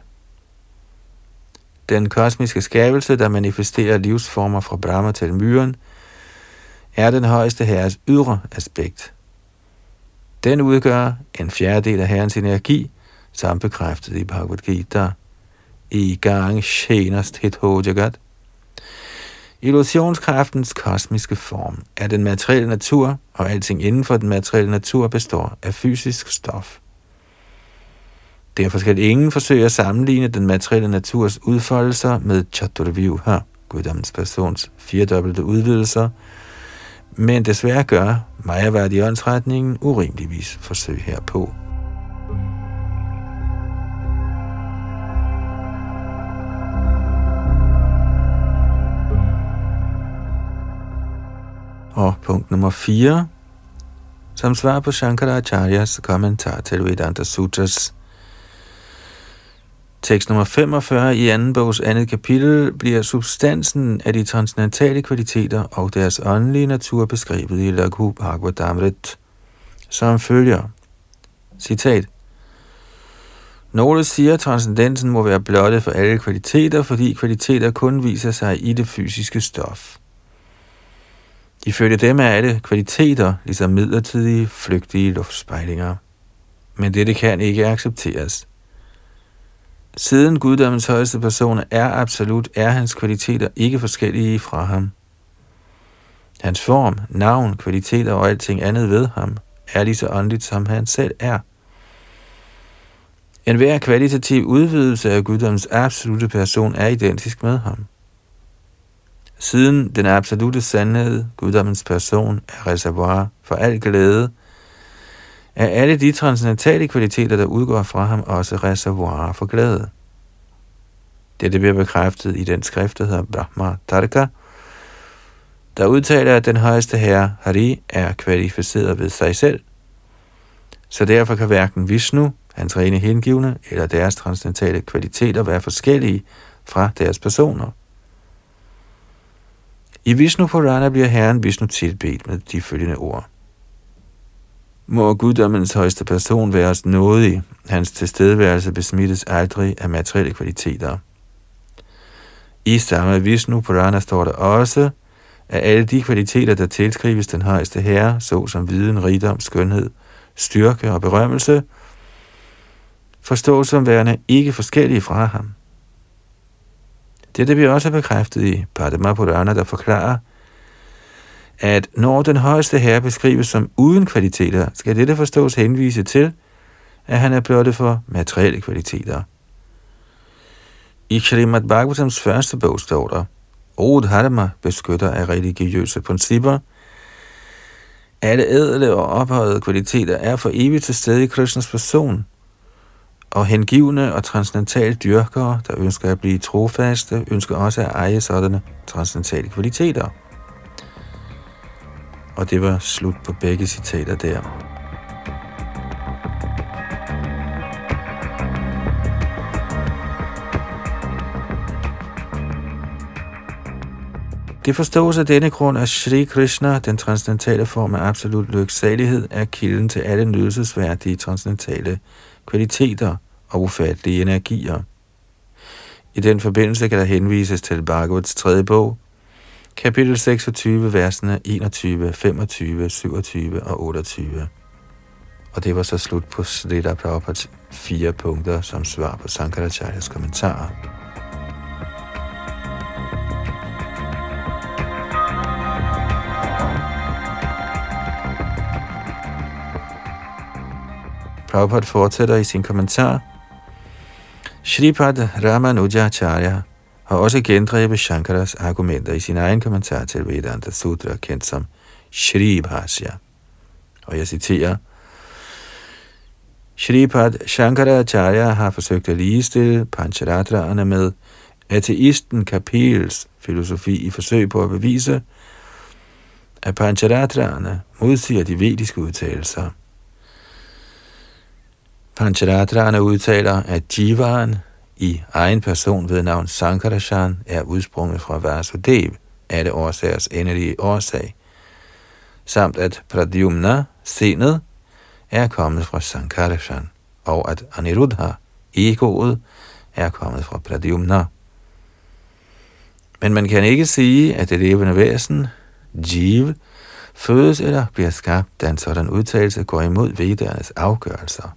Den kosmiske skabelse, der manifesterer livsformer fra Brahma til myren, er den højeste herres ydre aspekt. Den udgør en fjerdedel af herrens energi, som bekræftet i Bhagavad Gita. I gang shenast hit ho jagat. Illusionskraftens kosmiske form er den materielle natur, og alting inden for den materielle natur består af fysisk stof. Derfor skal ingen forsøge at sammenligne den materielle naturs udfoldelser med Chaturvyuha, Guddommens persons firedobbelte udvidelser, men desværre gør Mayavadi åndsretningen urimeligvis forsøg herpå. Og punkt nummer fire, som svar på Shankaracharyas kommentar til Vedanta Sutras. Tekst nummer femogfyrre i anden bogs andet kapitel bliver substansen af de transcendentale kvaliteter og deres åndelige natur beskrevet i Laghu Bhagavatamrit, som følger. Citat. Nogle siger, at transcendensen må være blottet for alle kvaliteter, fordi kvaliteter kun viser sig i det fysiske stof. Ifølge dem er alle kvaliteter ligesom midlertidige, flygtige luftspejlinger. Men dette kan ikke accepteres. Siden Guddommens højeste person er absolut, er hans kvaliteter ikke forskellige fra ham. Hans form, navn, kvaliteter og alting andet ved ham er lige så åndeligt, som han selv er. En hver kvalitativ udvidelse af Guddommens absolute person er identisk med ham. Siden den absolute sandhed, Guddommens person, er reservoir for al glæde, er alle de transcendentale kvaliteter, der udgår fra ham, også reservoirer for glæde. Dette bliver bekræftet i den skrift, der hedder Brahma Tarka, der udtaler, at den højeste herre, Hari, er kvalificeret ved sig selv. Så derfor kan hverken Vishnu, hans rene hengivne, eller deres transcendentale kvaliteter være forskellige fra deres personer. I Vishnu Purana bliver herren Vishnu tilbedt med de følgende ord. Må Guddommens højeste person være os nådig, hans tilstedeværelse besmittes aldrig af materielle kvaliteter. I samme Vishnu Purana står der også, at alle de kvaliteter, der tilskrives den højeste herre, såsom viden, rigdom, skønhed, styrke og berømmelse, forstås som værende ikke forskellige fra ham. Dette bliver også bekræftet i Padma Purana, der forklarer, at når den højeste herre beskrives som uden kvaliteter, skal dette forstås henvise til, at han er blottet for materielle kvaliteter. I Srimad Bhagavatams første bog står der, O Dharma beskytter af religiøse principper, Alle ædle og ophøjede kvaliteter er for evigt til stede i Krishnas person, og hengivne og transcendentale dyrkere, der ønsker at blive trofaste, ønsker også at eje sådanne transcendentale kvaliteter. Og det var slut på begge citater der. Det forstås af denne grund, at Shri Krishna, den transcendentale form af absolut lyksalighed, er kilden til alle nydelsesværdige transcendentale kvaliteter og ufattelige energier. I den forbindelse kan der henvises til Bhagavats tredje bog, kapitel seksogtyve, versene enogtyve, femogtyve, syvogtyve og otteogtyve. Og det var så slut på Srila Prabhupads fire punkter som svar på Shankaracharyas kommentarer. Prabhupada fortsætter i sin kommentar. Shripad Ramanujacharya har også gendrevet Shankaras argumenter i sin egen kommentar til Vedanta Sutra, kendt som Shri Bhashya. Og jeg citerer: Shripad Shankaracharya har forsøgt at ligestille Pancharatraerne med ateisten Kapils filosofi i forsøg på at bevise, at Pancharatraerne modsiger de vediske udtalelser. Pancharatraerne udtaler, at Jivaen i egen person ved navn Sankarashan er udsprunget fra Vasudev, alle årsagers endelige årsag, samt at Pradyumna, sindet, er kommet fra Sankarashan, og at Aniruddha, egoet, er kommet fra Pradyumna. Men man kan ikke sige, at det levende væsen, Jiv, fødes eller bliver skabt, da en sådan udtalelse går imod vedernes afgørelser.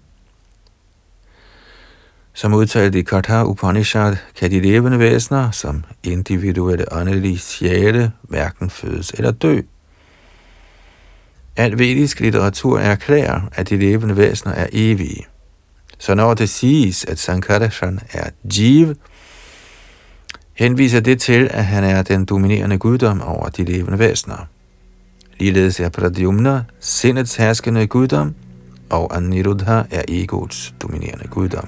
Som udtalt i Katha Upanishad, kan de levende væsener som individuelle åndelige sjæle hverken fødes eller dø. Al vedisk litteratur erklærer, at de levende væsener er evige. Så når det siges, at Sankarashan er Jiv, henviser det til, at han er den dominerende guddom over de levende væsener. Ligeledes er Pradyumna sindets herskende guddom, og Aniruddha er egoets dominerende guddom.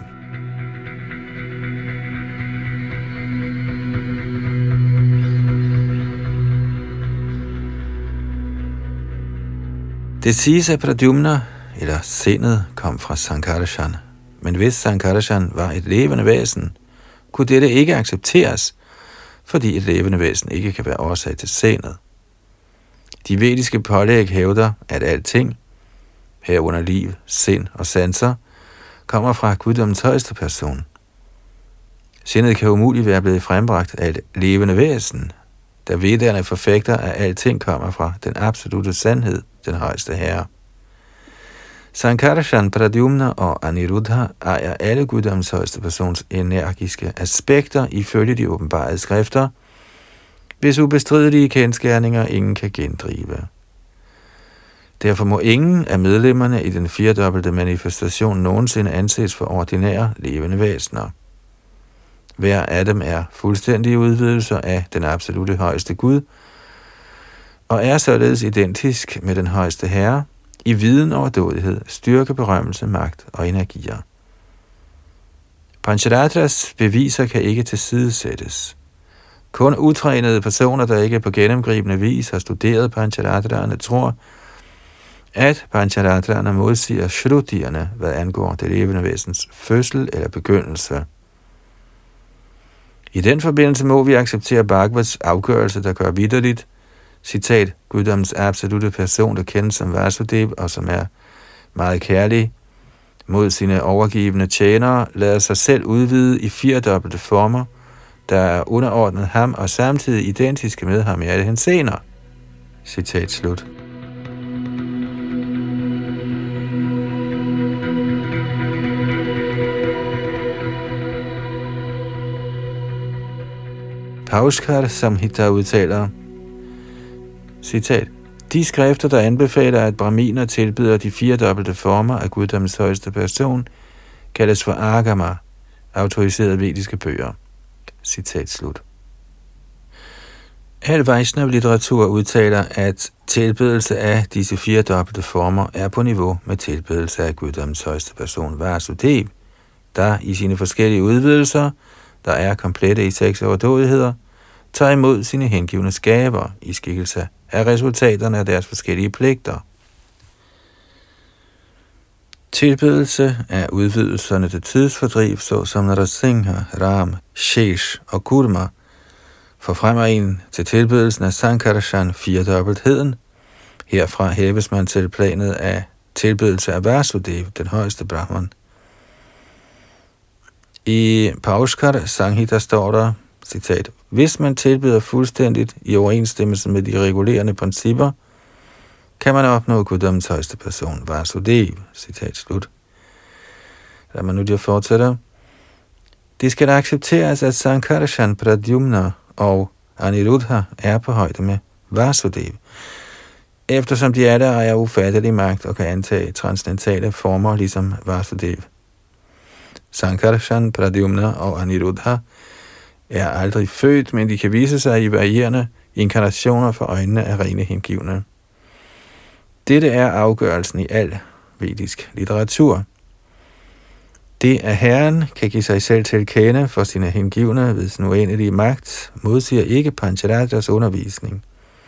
Det siges, at Pradyumna, eller sindet, kom fra Sankarashan. Men hvis Sankarashan var et levende væsen, kunne dette ikke accepteres, fordi et levende væsen ikke kan være årsag til sindet. De vediske pålæg hævder, at alting, herunder liv, sind og sanser, kommer fra guddommens højeste person. Sindet kan umuligt være blevet frembragt af et levende væsen, da vedderne forfægter, at alting kommer fra den absolute sandhed, den højeste herre. Sankarashan, Pradyumna og Aniruddha ejer alle guddommens højeste persons energiske aspekter ifølge de åbenbarede skrifter, hvis ubestridelige kendsgerninger ingen kan gendrive. Derfor må ingen af medlemmerne i den firedobbelte manifestation nogensinde anses for ordinære levende væsener. Hver af dem er fuldstændige udvidelser af den absolute højeste Gud, og er således identisk med den højeste herre i viden, overdådighed, styrke, berømmelse, magt og energier. Pancharatras beviser kan ikke tilsidesættes. Kun utrænede personer, der ikke på gennemgribende vis har studeret Pancharatraerne, tror, at Pancharatraerne modsiger shrutierne, hvad angår det levende væsens fødsel eller begyndelse. I den forbindelse må vi acceptere Bhagavats afgørelse, der gør vitterligt, citat, guddommens absolute person, der kendes som Vasudev og som er meget kærlig mod sine overgivende tjenere, lader sig selv udvide i firedobbelte former, der er underordnet ham og samtidig identiske med ham i alle henseender. Citat slut. Pauskar Samhita udtaler, citat, de skrifter, der anbefaler, at brahminer tilbyder de firedobbelte former af guddommens højeste person, kaldes for agama, autoriserede vediske bøger. Citat slut. Al Vaishnav-litteratur udtaler, at tilbedelse af disse fire dobbelte former er på niveau med tilbedelse af guddommens højeste person Vasudev, der i sine forskellige udvidelser, der er komplette i seks overdådigheder, tager imod sine hengivne skaber i skikkelse af resultaterne af deres forskellige pligter. Tilbedelse af udvidelserne til tidsfordriv, såsom Narasimha, Ram, Shesh og Kurma, forfremmer en til tilbedelsen af Sankarshan firedobbeltheden. Herfra hæves man til planet af tilbedelse af Vasudev, den højeste Brahman. I Paushkar Sanghita står der, citat, hvis man tilbeder fuldstændigt i overensstemmelse med de regulerende principper, kan man opnå guddommens højeste person, Vasudev, citat slut. Ramanuja fortsætter. Det skal accepteres, at Sankarshan, Pradyumna og Aniruddha er på højde med Vasudev, eftersom de alle ejer ufattelig magt og kan antage transcendentale former ligesom Vasudev. Sankarshan, Pradyumna og Aniruddha er aldrig født, men de kan vise sig i varierende inkarnationer for øjnene af rene hengivne. Dette er afgørelsen i al vedisk litteratur. Det, at Herren kan give sig selv til kende for sine hengivne ved sin uendelige magt, modsiger ikke Pancharatras undervisning.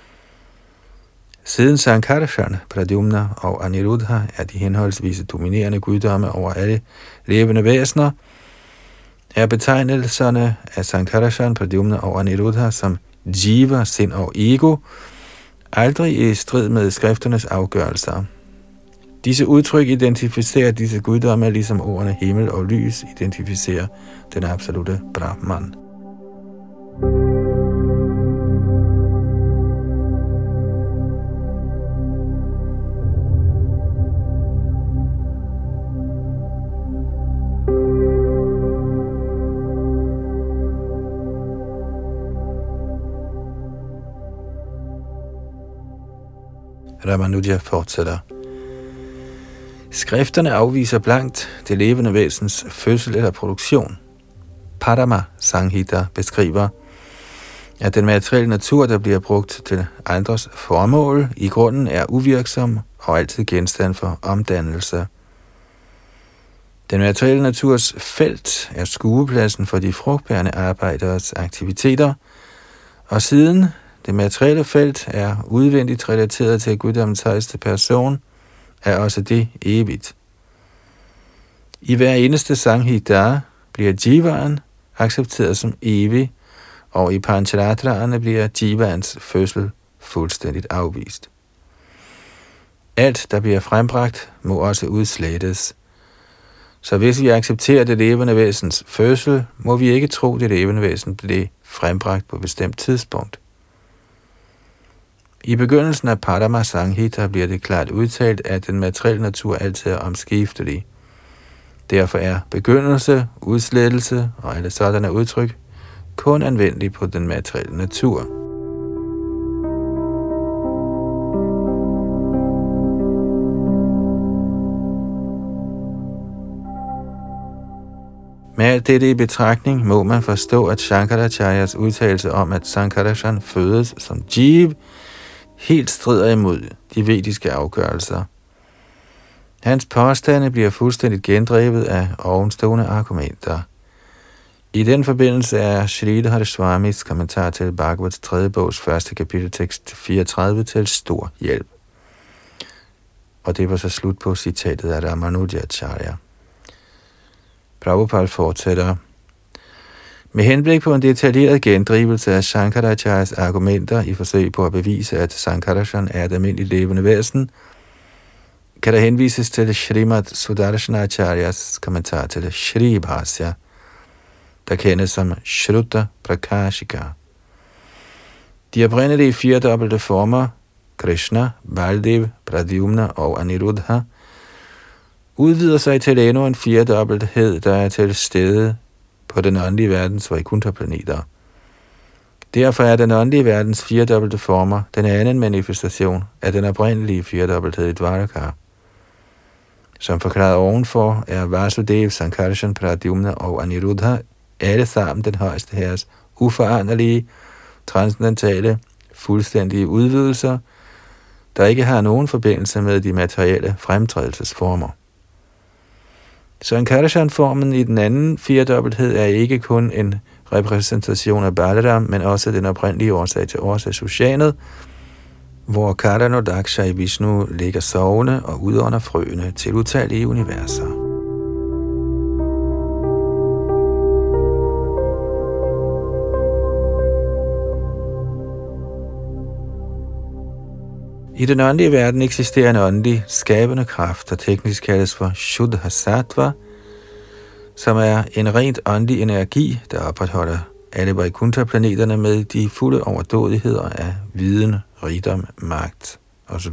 Siden Sankarshan, Pradyumna og Aniruddha er de henholdsvis dominerende guddomme over alle levende væsener, er betegnelserne af Sankarshan, Pradyumna og Aniruddha som jiva, sind og ego, aldrig i strid med skrifternes afgørelser. Disse udtryk identificerer disse guddomme, ligesom ordene himmel og lys identificerer den absolute Brahman. Ramanuja fortsætter. Skrifterne afviser blankt det levende væsens fødsel eller produktion. Padma Sanghita beskriver, at den materielle natur, der bliver brugt til andres formål, i grunden er uvirksom og altid genstand for omdannelse. Den materielle naturs felt er skuepladsen for de frugtbærende arbejderes aktiviteter, og siden det materielle felt er udvendigt relateret til guddommens højeste person, er også det evigt. I hver eneste Sanghita bliver jivaen accepteret som evig, og i Pancharatraerne bliver jivaens fødsel fuldstændigt afvist. Alt, der bliver frembragt, må også udslettes. Så hvis vi accepterer det levende væsens fødsel, må vi ikke tro, at det levende væsen blev frembragt på et bestemt tidspunkt. I begyndelsen af Padma Sanghita bliver det klart udtalt, at den materielle natur altid er omskiftelig. Derfor er begyndelse, udslettelse og alle sådanne udtryk kun anvendelige på den materielle natur. Med alt dette i betragtning må man forstå, at Shankaracharyas udtalelse om, at Sankarshan fødes som jiv, helt strider imod de vediske afgørelser. Hans påstande bliver fuldstændigt gendrevet af ovenstående argumenter. I den forbindelse er Sridhar Swamis kommentar til Bhagavats tredje bogs første kapiteltekst fireogtredive til stor hjælp. Og det var så slut på citatet af Ramanujacharya. Prabhupada fortsætter. Med henblik på en detaljeret gendrivelse af Shankaracharyas argumenter i forsøg på at bevise, at Sankarshan er et almindeligt levende væsen, kan der henvises til Srimad Sudarshanacharya's kommentar til Shri Bhasya, der kendes som Shruta Prakashika. De oprindelige firedobbelte former, Krishna, Baldev, Pradyumna og Aniruddha, udvider sig til endnu en firedobbelthed, der er til stede på den åndelige verdens Vaikuntha-planeter. Derfor er den åndelige verdens firedobbelte former den anden manifestation af den oprindelige firedobbelthed i Dvaraka. Som forklaret ovenfor er Vasudev, Sankarshan, Pradyumna og Aniruddha alle sammen den højeste herres uforanderlige, transcendentale fuldstændige udvidelser, der ikke har nogen forbindelse med de materielle fremtrædelsesformer. Sankarshan-formen i den anden firedobbelthed er ikke kun en repræsentation af Balaram, men også den oprindelige årsag til årsagsoceanet, hvor Karanodaksha i Vishnu ligger sovende og udånder frøene til utallige universer. I den åndelige verden eksisterer en åndelig skabende kraft, der teknisk kaldes for Shuddha Sattva, som er en rent åndelig energi, der opretholder alle Vaikuntha-planeterne med de fulde overdådigheder af viden, rigdom, magt osv.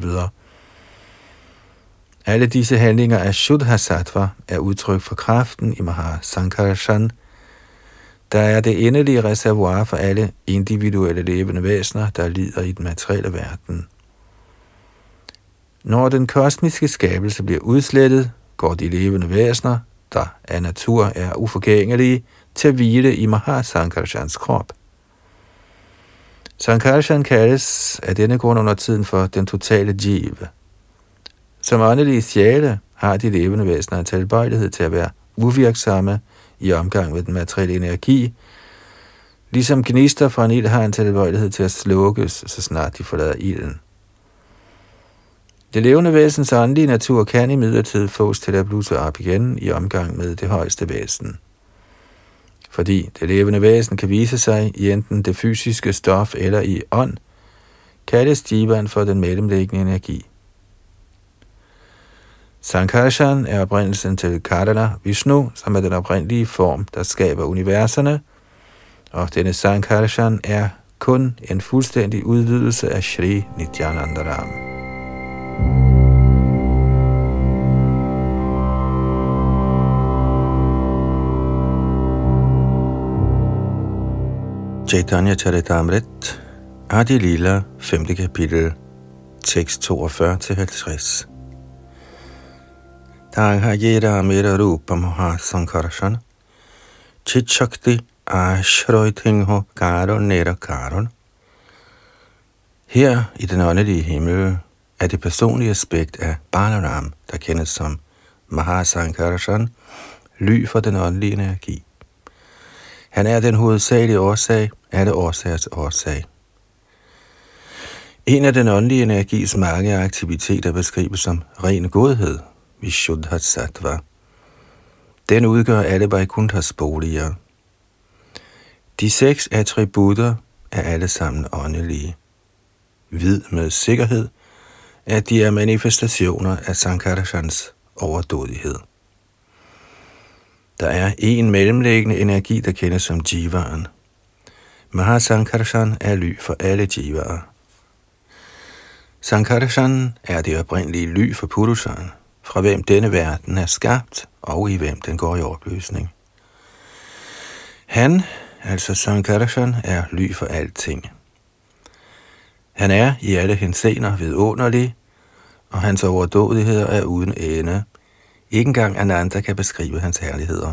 Alle disse handlinger af Shuddha Sattva er udtryk for kraften i Mahasankarshan, der er det endelige reservoir for alle individuelle levende væsener, der lider i den materielle verden. Når den kosmiske skabelse bliver udslettet, går de levende væsener, der af natur er uforgængelige, til at hvile i Mahasankarshans krop. Sankarshan kaldes af denne grund under tiden for den totale jiva. Som åndelige sjæle har de levende væsener en tilbøjelighed til at være uvirksomme i omgang med den materielle energi, ligesom gnister fra en ild har en tilbøjelighed til at slukkes, så snart de forlader ilden. Det levende væsens åndelige natur kan imidlertid fås til at blusse op igen i omgang med det højeste væsen. Fordi det levende væsen kan vise sig i enten det fysiske stof eller i ånd, kaldes jivaen for den mellemliggende energi. Sankarshan er oprindelsen til Karana Vishnu, som er den oprindelige form, der skaber universerne, og denne Sankarshan er kun en fuldstændig udvidelse af Shri Nityanandaram. Chaitanya Charitamrit, Adi Lila, femte kapitel, tekst toogfyrre til halvtreds. Tanghajera mera rupa moha sankarshan, chitshakti ashroitingho karon nera karon. Her i den åndelige himmel er det personlige aspekt af Balaram, der kendes som Mahasankarshan, ly for den åndelige energi. Han er den hovedsagelige årsag, alle årsagers årsag. En af den åndelige energis mange aktiviteter beskrives som ren godhed, Vishuddha Sattva. Den udgør alle Vaikunthas boliger. De seks attributter er alle sammen åndelige. Vid med sikkerhed, at de er manifestationer af Sankarshans overdådighed. Der er en mellemliggende energi, der kendes som jivaen. Mahasankarshan er ly for alle jivaer. Sankarshan er det oprindelige ly for Purushan, fra hvem denne verden er skabt, og i hvem den går i opløsning. Han, altså Sankarshan, er ly for alting. Han er i alle henseender vidunderlig, og hans overdådigheder er uden ende. Ikke engang Ananda kan beskrive hans herligheder.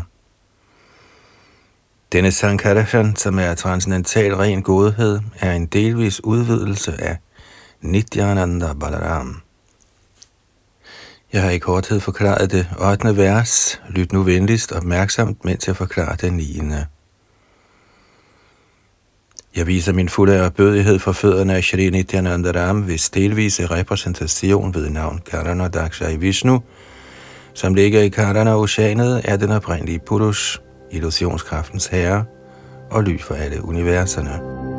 Denne Sankarshan, som er transcendental ren godhed, er en delvis udvidelse af Nityananda Balaram. Jeg har i korthed forklaret det ottende vers. Lyt nu venligst opmærksomt, mens jeg forklarer det niende. Jeg viser min fulde erbødighed for fødderne af Shri Nityanandaram, hvis delvise repræsentation ved navn Karanodaksha i Vishnu, som ligger i Karana-oceanet, er den oprindelige Purush, illusionskraftens herre og ly for alle universerne.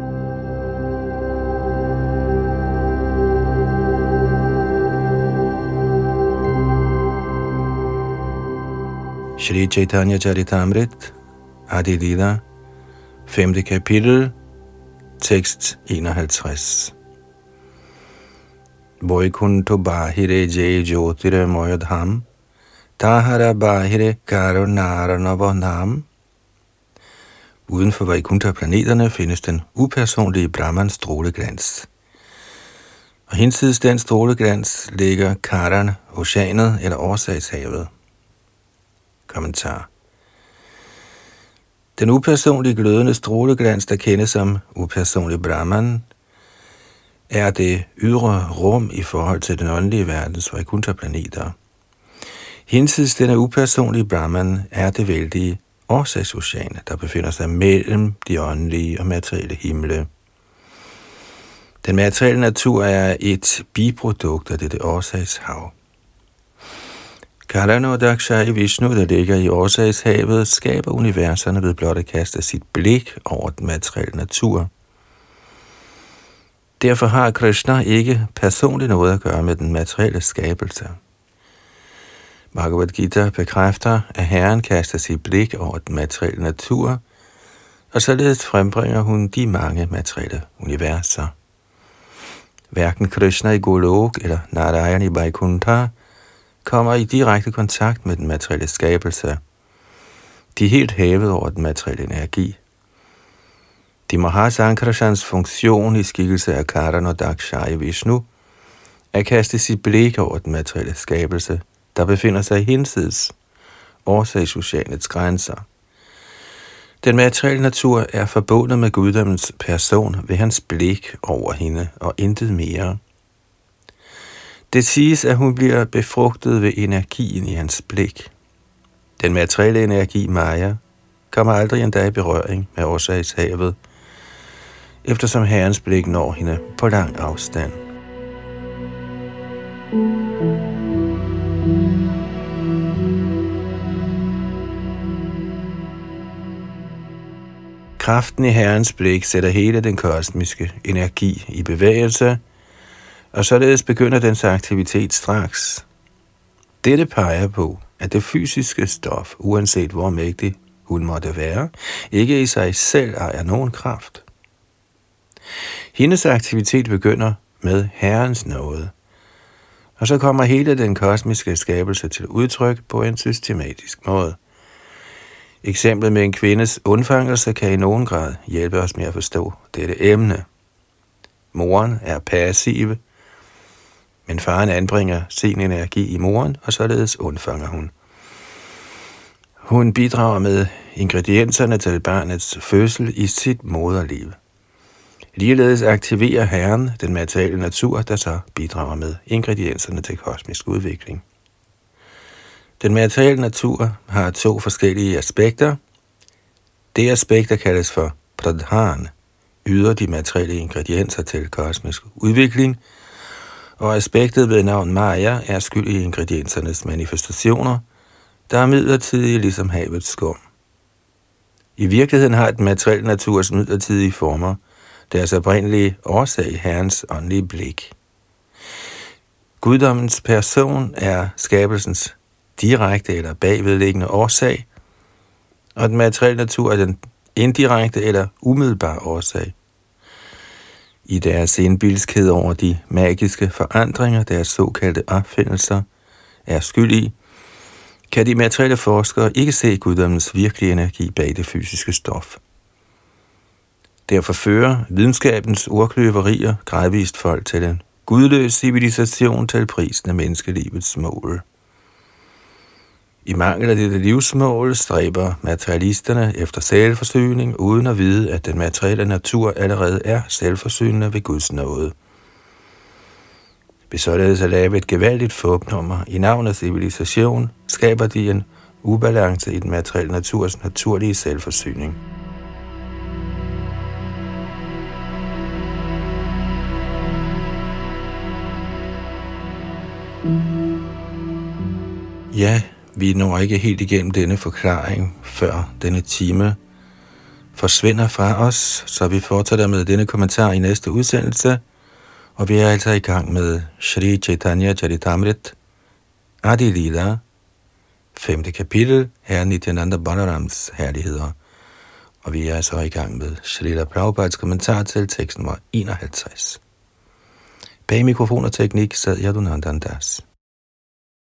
Shri Chaitanya Charitamrit, Adi Lila, femte kapitel, tekst enoghalvtreds. Vaikunto bahire jay jyotire moyadham, tahara bahire karunara navandham. Uden for Vaikuntha-planeterne findes den upersonlige Brahmans stråleglans. Og hinsides den stråleglans ligger Karan, oceanet eller årsagshavet. Kommentar. Den upersonlige glødende stråleglans, der kendes som upersonlig Brahman, er det ydre rum i forhold til den åndelige verdens Vaikuntha-planeter. Hinsides denne upersonlige Brahman er det vældige årsagsocean, der befinder sig mellem de åndelige og materielle himle. Den materielle natur er et biprodukt af dette årsagshav. Karanodaksha i Vishnu, der ligger i årsagshavet, skaber universerne ved blot at kaste sit blik over den materielle natur. Derfor har Krishna ikke personligt noget at gøre med den materielle skabelse. Bhagavad Gita bekræfter, at Herren kaster sit blik over den materielle natur, og således frembringer hun de mange materielle universer. Hverken Krishna i Golok eller Narayana i Vaikuntha kommer i direkte kontakt med den materielle skabelse. De er helt hævet over den materielle energi. De Mahasankarashans funktion i skikkelse af Karanodaksha i Vishnu at kaste sit blik over den materielle skabelse, der befinder sig hinsides årsagsoceanets grænser. Den materielle natur er forbundet med guddommens person ved hans blik over hende og intet mere. Det siges, at hun bliver befrugtet ved energien i hans blik. Den materielle energi, Maya, kommer aldrig endda i berøring med årsagshavet, eftersom Herrens blik når hende på lang afstand. Kraften i Herrens blik sætter hele den kosmiske energi i bevægelse, og således begynder dens aktivitet straks. Dette peger på, at det fysiske stof, uanset hvor mægtig hun måtte være, ikke i sig selv ejer nogen kraft. Hendes aktivitet begynder med Herrens nåde, og så kommer hele den kosmiske skabelse til udtryk på en systematisk måde. Eksemplet med en kvindes undfangelse kan i nogen grad hjælpe os med at forstå dette emne. Moren er passiv, men faren anbringer sin energi i moren, og således undfanger hun. Hun bidrager med ingredienserne til barnets fødsel i sit moderliv. Ligeledes aktiverer Herren den materielle natur, der så bidrager med ingredienserne til kosmisk udvikling. Den materielle natur har to forskellige aspekter. Det aspekt, der kaldes for pradhan, yder de materielle ingredienser til kosmisk udvikling, og aspektet ved navn Maya er skyld i ingrediensernes manifestationer, der er midlertidige ligesom havets skum. I virkeligheden har den materielle naturs midlertidige former deres oprindelige årsag i Herrens åndelige blik. Guddommens person er skabelsens direkte eller bagvedliggende årsag, og den materielle natur er den indirekte eller umiddelbare årsag. I deres indbilskhed over de magiske forandringer, deres såkaldte opfindelser er skyld i, kan de materielle forskere ikke se guddommens virkelige energi bag det fysiske stof. Derfor fører videnskabens ordkløverier gradvist folk til en gudløs civilisation til prisen af menneskelivets mål. I mangel af dette livsmål stræber materialisterne efter selvforsyning, uden at vide, at den materielle natur allerede er selvforsynende ved Guds nåde. Ved således at lave et gevaldigt fupnummer i navnet civilisation, skaber de en ubalance i den materielle naturs naturlige selvforsyning. Ja, vi når ikke helt igennem denne forklaring, før denne time forsvinder fra os, så vi fortsætter med denne kommentar i næste udsendelse, og vi er altså i gang med Shri Chaitanya Charitamrit, Adi Lila, femte kapitel, Herre Nityananda Balarams herligheder, og vi er så i gang med Shrila Prabhupads kommentar til tekst nummer enoghalvtreds. Bag mikrofon og teknik sad Yadunandan Das.